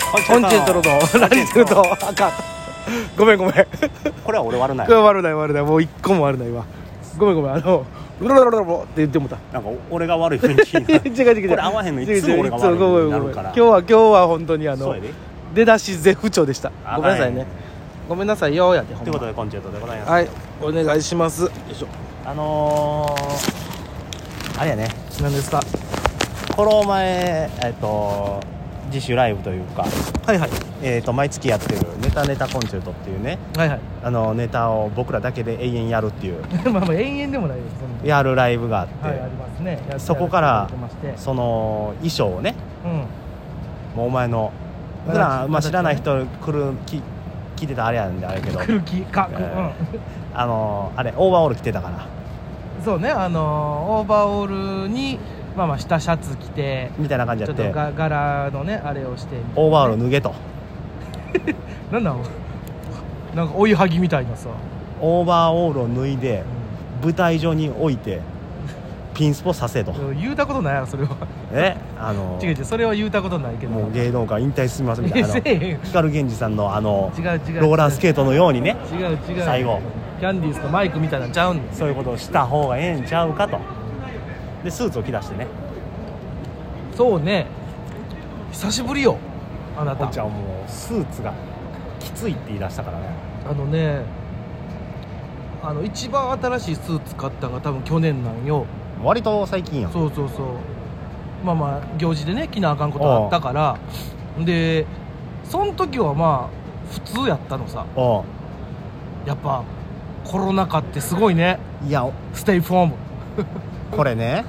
コンチェルトの何するとあかんごめんこれは俺悪ない。 悪ないもう一個も悪ないわ。ごめんロロロロロって言ってもた。 なんか俺が悪い雰囲気になる違うこれ合わへんのいつも俺が悪いになるから。 今日は本当にそうやで出だし絶不調でした。ごめんなさいね。ごめんなさいよやって。 ということでコンチェルトでございます。 はいお願いします。よいしょ。 あれやね。 何ですか。 この前自主ライブというか、 はいはい、 毎月やってるネタコンチェルトっていうね、 はいはい、 ネタを僕らだけで永遠やるっていうまあ永遠でもないです。 やるライブがあって、 はい、ありますね。 そこからその衣装をね、もうお前の普段、知らない人聞いてたあれやんであれけど来る気か、 あれオーバーオール着てたから。 そうね、オーバーオールに下シャツ着てみたいな感じやって、 ちょっと柄のねあれをして、ね、 オーバーオール脱げとなんか追いはぎみたいなさ、 オーバーオールを脱いで、舞台上に置いてピンスポさせと言うたことないやろそれは。違うそれは言うたことないけど、もう芸能界引退すみませんみたいな光源氏さんの違うローラースケートのようにね、 違う最後キャンディーズとマイクみたいなんちゃうんです。 そういうことをした方がええんちゃうかと。でスーツを着出してね。 そうね、久しぶりよあなた。 じゃあもうスーツがきついって言い出したからね。 一番新しいスーツ買ったのが多分去年なんよ。 割と最近やん。 そう行事でね着なあかんことあったから、でその時は普通やったのさ。やっぱコロナ禍ってすごいね。 いやステイフォームこれね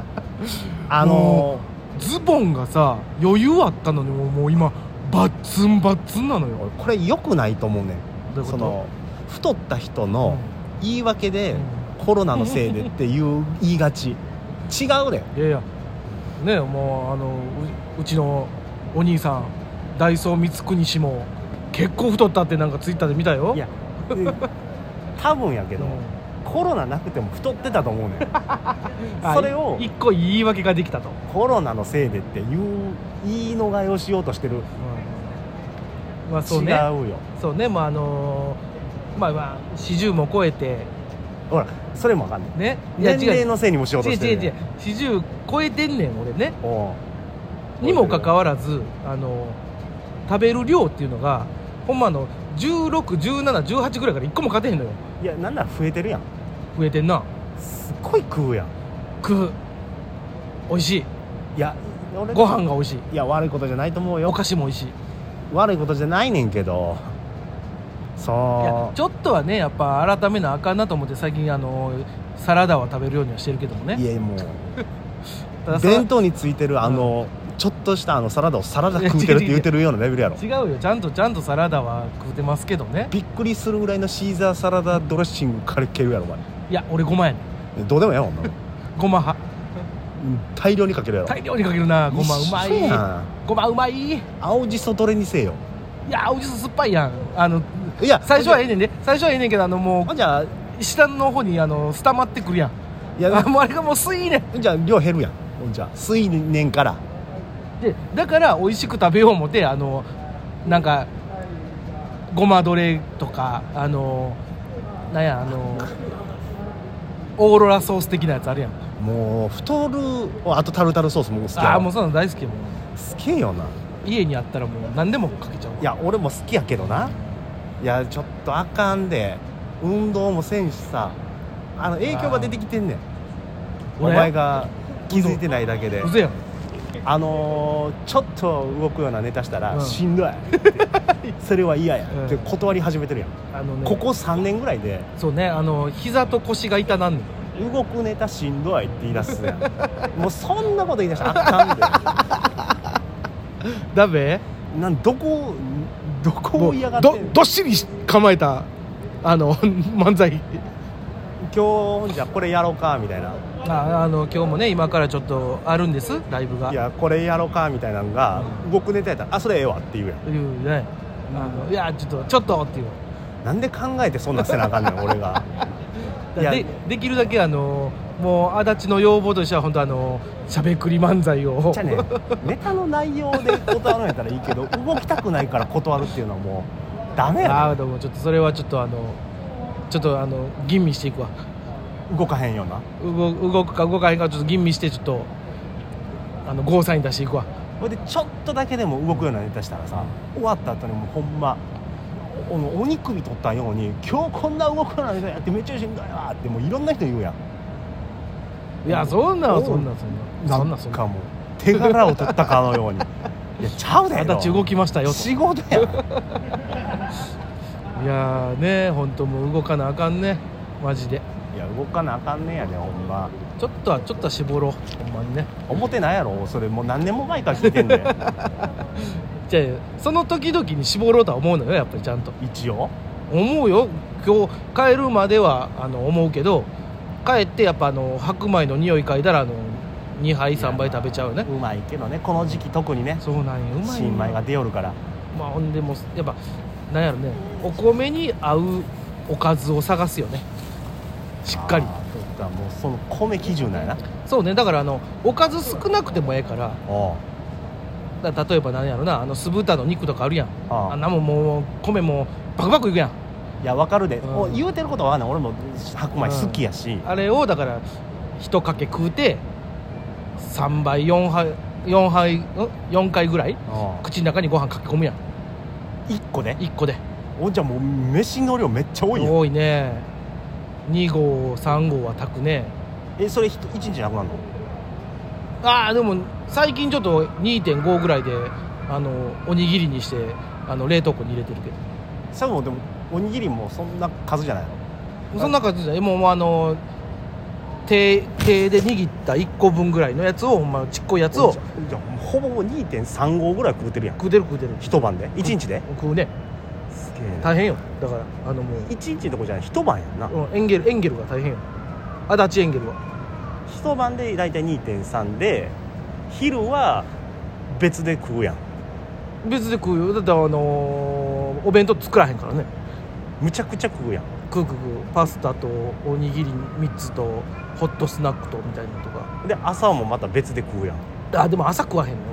ズボンがさ余裕あったのにもう今バッツンなのよ。 これ良くないと思うねん。 どういうこと？ その太った人の言い訳で、コロナのせいでっていう言いがち。違うね。 いやね、もううちのお兄さんダイソー光国氏も結構太ったってなんかツイッターで見たよ。 いや多分やけど、コロナなくても太ってたと思うねんそれを一個言い訳ができたと。 コロナのせいでっていう言い逃れをしようとしてる、 そうね、 違うよ。 そうね、40も超えて、 ほらそれもわかんないね。 年齢のせいにもしようとしてる、 違う40超えてんねん俺ね。にもかかわらず食べる量っていうのがほんま16、17、18ぐらいから1個も勝てへんのよ。 いやなんなら増えてるやん。 増えてんな。 すっごい食うやん。 食う。美味しい。 いやご飯が美味しい。 いや悪いことじゃないと思うよ。 お菓子も美味しい。 悪いことじゃないねんけど、 いやちょっとはねやっぱ改めなあかんなと思って最近サラダは食べるようにはしてるけどもね。 いやもう弁当についてるちょっとしたサラダをサラダ食うてるって言うてるようなレベルやろ。 違うよ、ちゃんとサラダは食うてますけどね。 びっくりするぐらいのシーザーサラダドレッシングかけるやろお前。 いや俺ごまやねん。どうでもええもんなごま派。 大量にかけるやろ。 大量にかけるな。ごまうまい。ごまうまい。 青じそどれにせよ。 いや青じそ酸っぱいやん。 いや最初はええねんで。最初はええねんけどもうじゃあ下の方に伝まってくるやん。いやもうあれがもう吸いねん。 じゃあ量減るやん。じゃあ吸いねんからでだから美味しく食べよう思ってなんかごまどれとかなんやオーロラソース的なやつあるやん。 もう太る。あとタルタルソースも好きや。 もうそういうの大好きやもん。 好きよな。 家にあったらもう何でもかけちゃう。 いや俺も好きやけどな。いやちょっとあかんで。運動もせんしさ影響が出てきてんねん。お前が気づいてないだけで。 うぜやん。 ちょっと動くようなネタしたら、しんどいそれは嫌やって断り始めてるやん。ここ3年ぐらいで。 そうね膝と腰が痛なんねん。動くネタしんどいって言い出すやんもうそんなこと言い出したらあかんでダメ。 どこを嫌がってんの。 どっしり構えた漫才。 今日じゃあこれやろうかみたいな。 今日もね今からちょっとあるんですライブが。 いやこれやろうかみたいなのが、動くネタやったらそれええわって言うやん。 言うね。いやちょっとっていう。 なんで考えてそんなせなあかんねん俺が。 できるだけもう足立の要望としては本当しゃべくり漫才をじゃあねネタの内容で断るんやったらいいけど動きたくないから断るっていうのはもうダメやでもちょっとそれはちょっと吟味していくわ。 動かへんような動くか動かへんかちょっと吟味してちょっとゴーサイン出していくわ。 それでちょっとだけでも動くようなネタしたらさ、終わった後にもうほんまお肉首取ったように今日こんな動くようなネタやってめっちゃしんどいわってもういろんな人言うやん。 いやそんななんかもう手柄を取ったかのようにいやちゃうで足立動きましたよと仕事やんいやね本当もう動かなあかんねマジで。 いや動かなあかんねやでほんま。 ちょっとは絞ろうほんまにね。 思ってないやろそれもう何年も前から聞いてんでじゃあその時々に絞ろうとは思うのよやっぱりちゃんと一応思うよ。今日帰るまでは思うけど帰ってやっぱ白米の匂い嗅いだら2杯3杯食べちゃうよね。 うまいけどねこの時期特にね。 そうなんようまいよ新米が出よるから。 まあほんでもやっぱなんやろねお米に合うおかずを探すよねしっかり。 だからもうその米基準なんやな。 そうねだからおかず少なくてもええからおだ例えば何やろな酢豚の肉とかあるやん。あんなもう米もバクバクいくやん。 いや分かるで、 うん、 言うてることは分かんない。俺も白米好きやし、 あれをだから一かけ食うて3杯4回ぐらい口の中にご飯かき込むやん 1個で 1個で。 おじゃもう飯の量めっちゃ多いやん。 多いね。2合3合は炊くね。 それ1日なくなるの？ でも最近ちょっと 2.5 ぐらいでおにぎりにして冷凍庫に入れてるけど。 それもでもおにぎりもそんな数じゃないの？ そんな数じゃない。もう手で握った1個分ぐらいのやつをほんまちっこいやつをじゃほぼ 2.3 合ぐらい食うてるやん。 食うてる一晩で1日で食うね。 すげえ大変よだからもう 1日どこじゃない一晩やんな。 エンゲルが大変よ足立エンゲルは一晩でだいたい 2.3 で昼は別で食うやん。 別で食うよ。だってお弁当作らへんからね。 むちゃくちゃ食うやん。 食うパスタとおにぎり3つとホットスナックとみたいなのとかで朝もまた別で食うやん。 でも朝食わへんの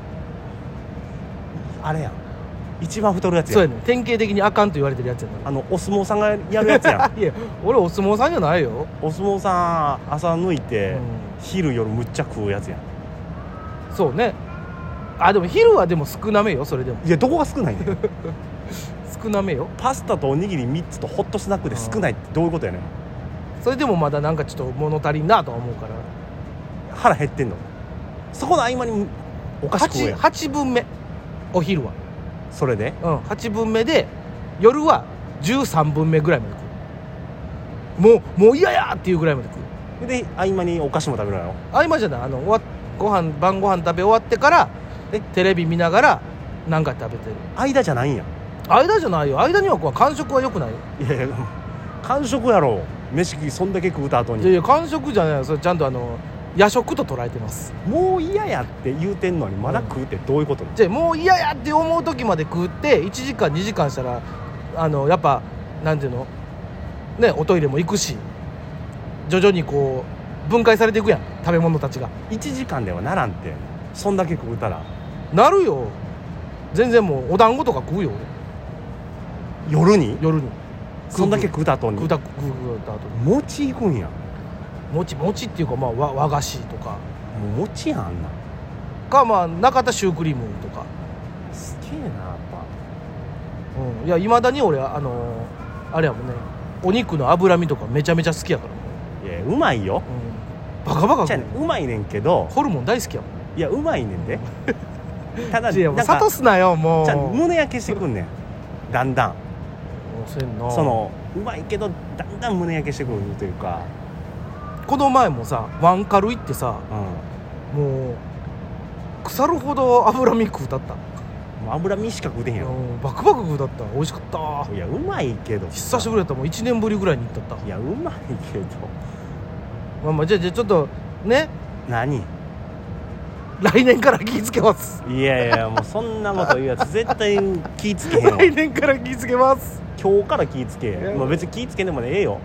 俺あれやん一番太るやつやん。 そうやね典型的にあかんと言われてるやつやな。 お相撲さんがやるやつやんいや俺お相撲さんじゃないよ。 お相撲さん朝抜いて、 うん、 昼夜むっちゃ食うやつやん。 そうね。でも昼はでも少なめよ。それでもいやどこが少ないねん少なめよ。 パスタとおにぎり3つとホットスナックで少ないってどういうことやねん。 それでもまだなんかちょっと物足りんなとは思うから腹減ってんの。そこの合間にお菓子食うやん。 8分目お昼はそれで 8分目で夜は13分目ぐらいまで食う。もう嫌やっていうぐらいまで食う。 で合間にお菓子も食べるやろ。 合間じゃない晩ご飯食べ終わってからテレビ見ながら何か食べてる。 間じゃないんや。 間じゃないよ。間には間食は良くないよ。 いやいや間食やろ。飯そんだけ食うた後に。 いや間食じゃないよ。それちゃんと夜食と捉えてます。 もう嫌やって言うてんのにまだ食うってどういうこと？ じゃあもう嫌やって思う時まで食って1時間2時間したらやっぱなんていうのねおトイレも行くし徐々にこう分解されていくやん食べ物たちが。 1時間ではならんってそんだけ食うたら。 なるよ。全然もうお団子とか食うよ夜にそんだけ食うた後に食うた後に餅いくんや。 餅っていうか和菓子とかもう餅やんあんなか中田シュークリームとか。 すげえなやっぱ。 いやいまだに俺あれやもんねお肉の脂身とかめちゃめちゃ好きやから。 いやうまいよ、 バカバカじゃあうまいねんけどホルモン大好きやもん。 いやうまいねんでただいやもうなんか諭すなよもう。 じゃあ胸焼けしてくんねんだんだん。 せんなうまいけどだんだん胸焼けしてくるというか。 この前もさワンカル行ってさ、もう腐るほど脂身食うたった。 もう脂身しか食うてへんやろ。 バクバク食うたった。美味しかった。 いやうまいけど久しぶりやった。もう1年ぶりぐらいに行ったった。 いやうまいけどじゃあちょっとね何来年から気ぃつけます。 いやいやもうそんなこと言うやつ絶対気ぃつけへんわ来年から気ぃつけます。 今日から気ぃつけ、別に気ぃつけんでもええよ。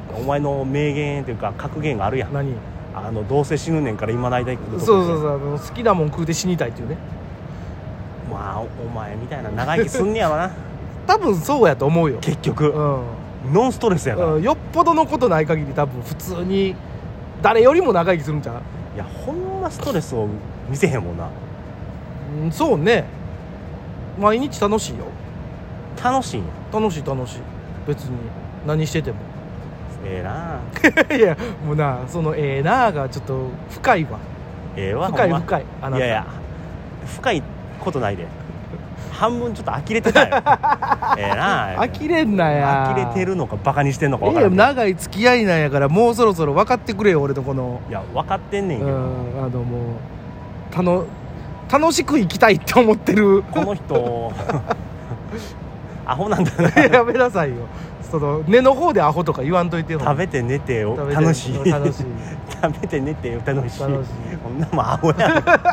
お前の名言というか格言があるやん。 何？ どうせ死ぬねんから今の間行くとこそうそうそう、好きなもん食うて死にたいっていうね。 まあお前みたいな長生きすんねやろな多分そうやと思うよ。 結局、 うんノンストレスやから、 よっぽどのことない限り多分普通に誰よりも長生きするんちゃう？ いやほんまストレスを見せへんもんな。 そうね。毎日楽しいよ。 楽しいんや。 楽しい別に何しててもええないやもうな、そのながちょっと深いわ。深いええわほんま深い。あなたいやいや深いことないで半分ちょっと呆れてたよええな呆れんなや。 呆れてるのかバカにしてんのか分からんけど、 長い付き合いなんやからもうそろそろ分かってくれよ俺のこの。 いや分かってんねんけど、 もう楽しく生きたいって思ってるこの人アホなんだなやめなさいよ。その根の方でアホとか言わんといてよ。 食べて寝てよ食べて楽しい楽しい食べて寝てよ楽しい楽しいこんなもんアホやん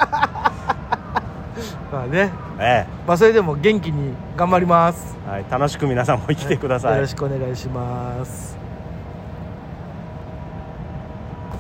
まあね、 えまあそれでも元気に頑張ります。 え、はい、楽しく皆さんも生きてください、 よろしくお願いします。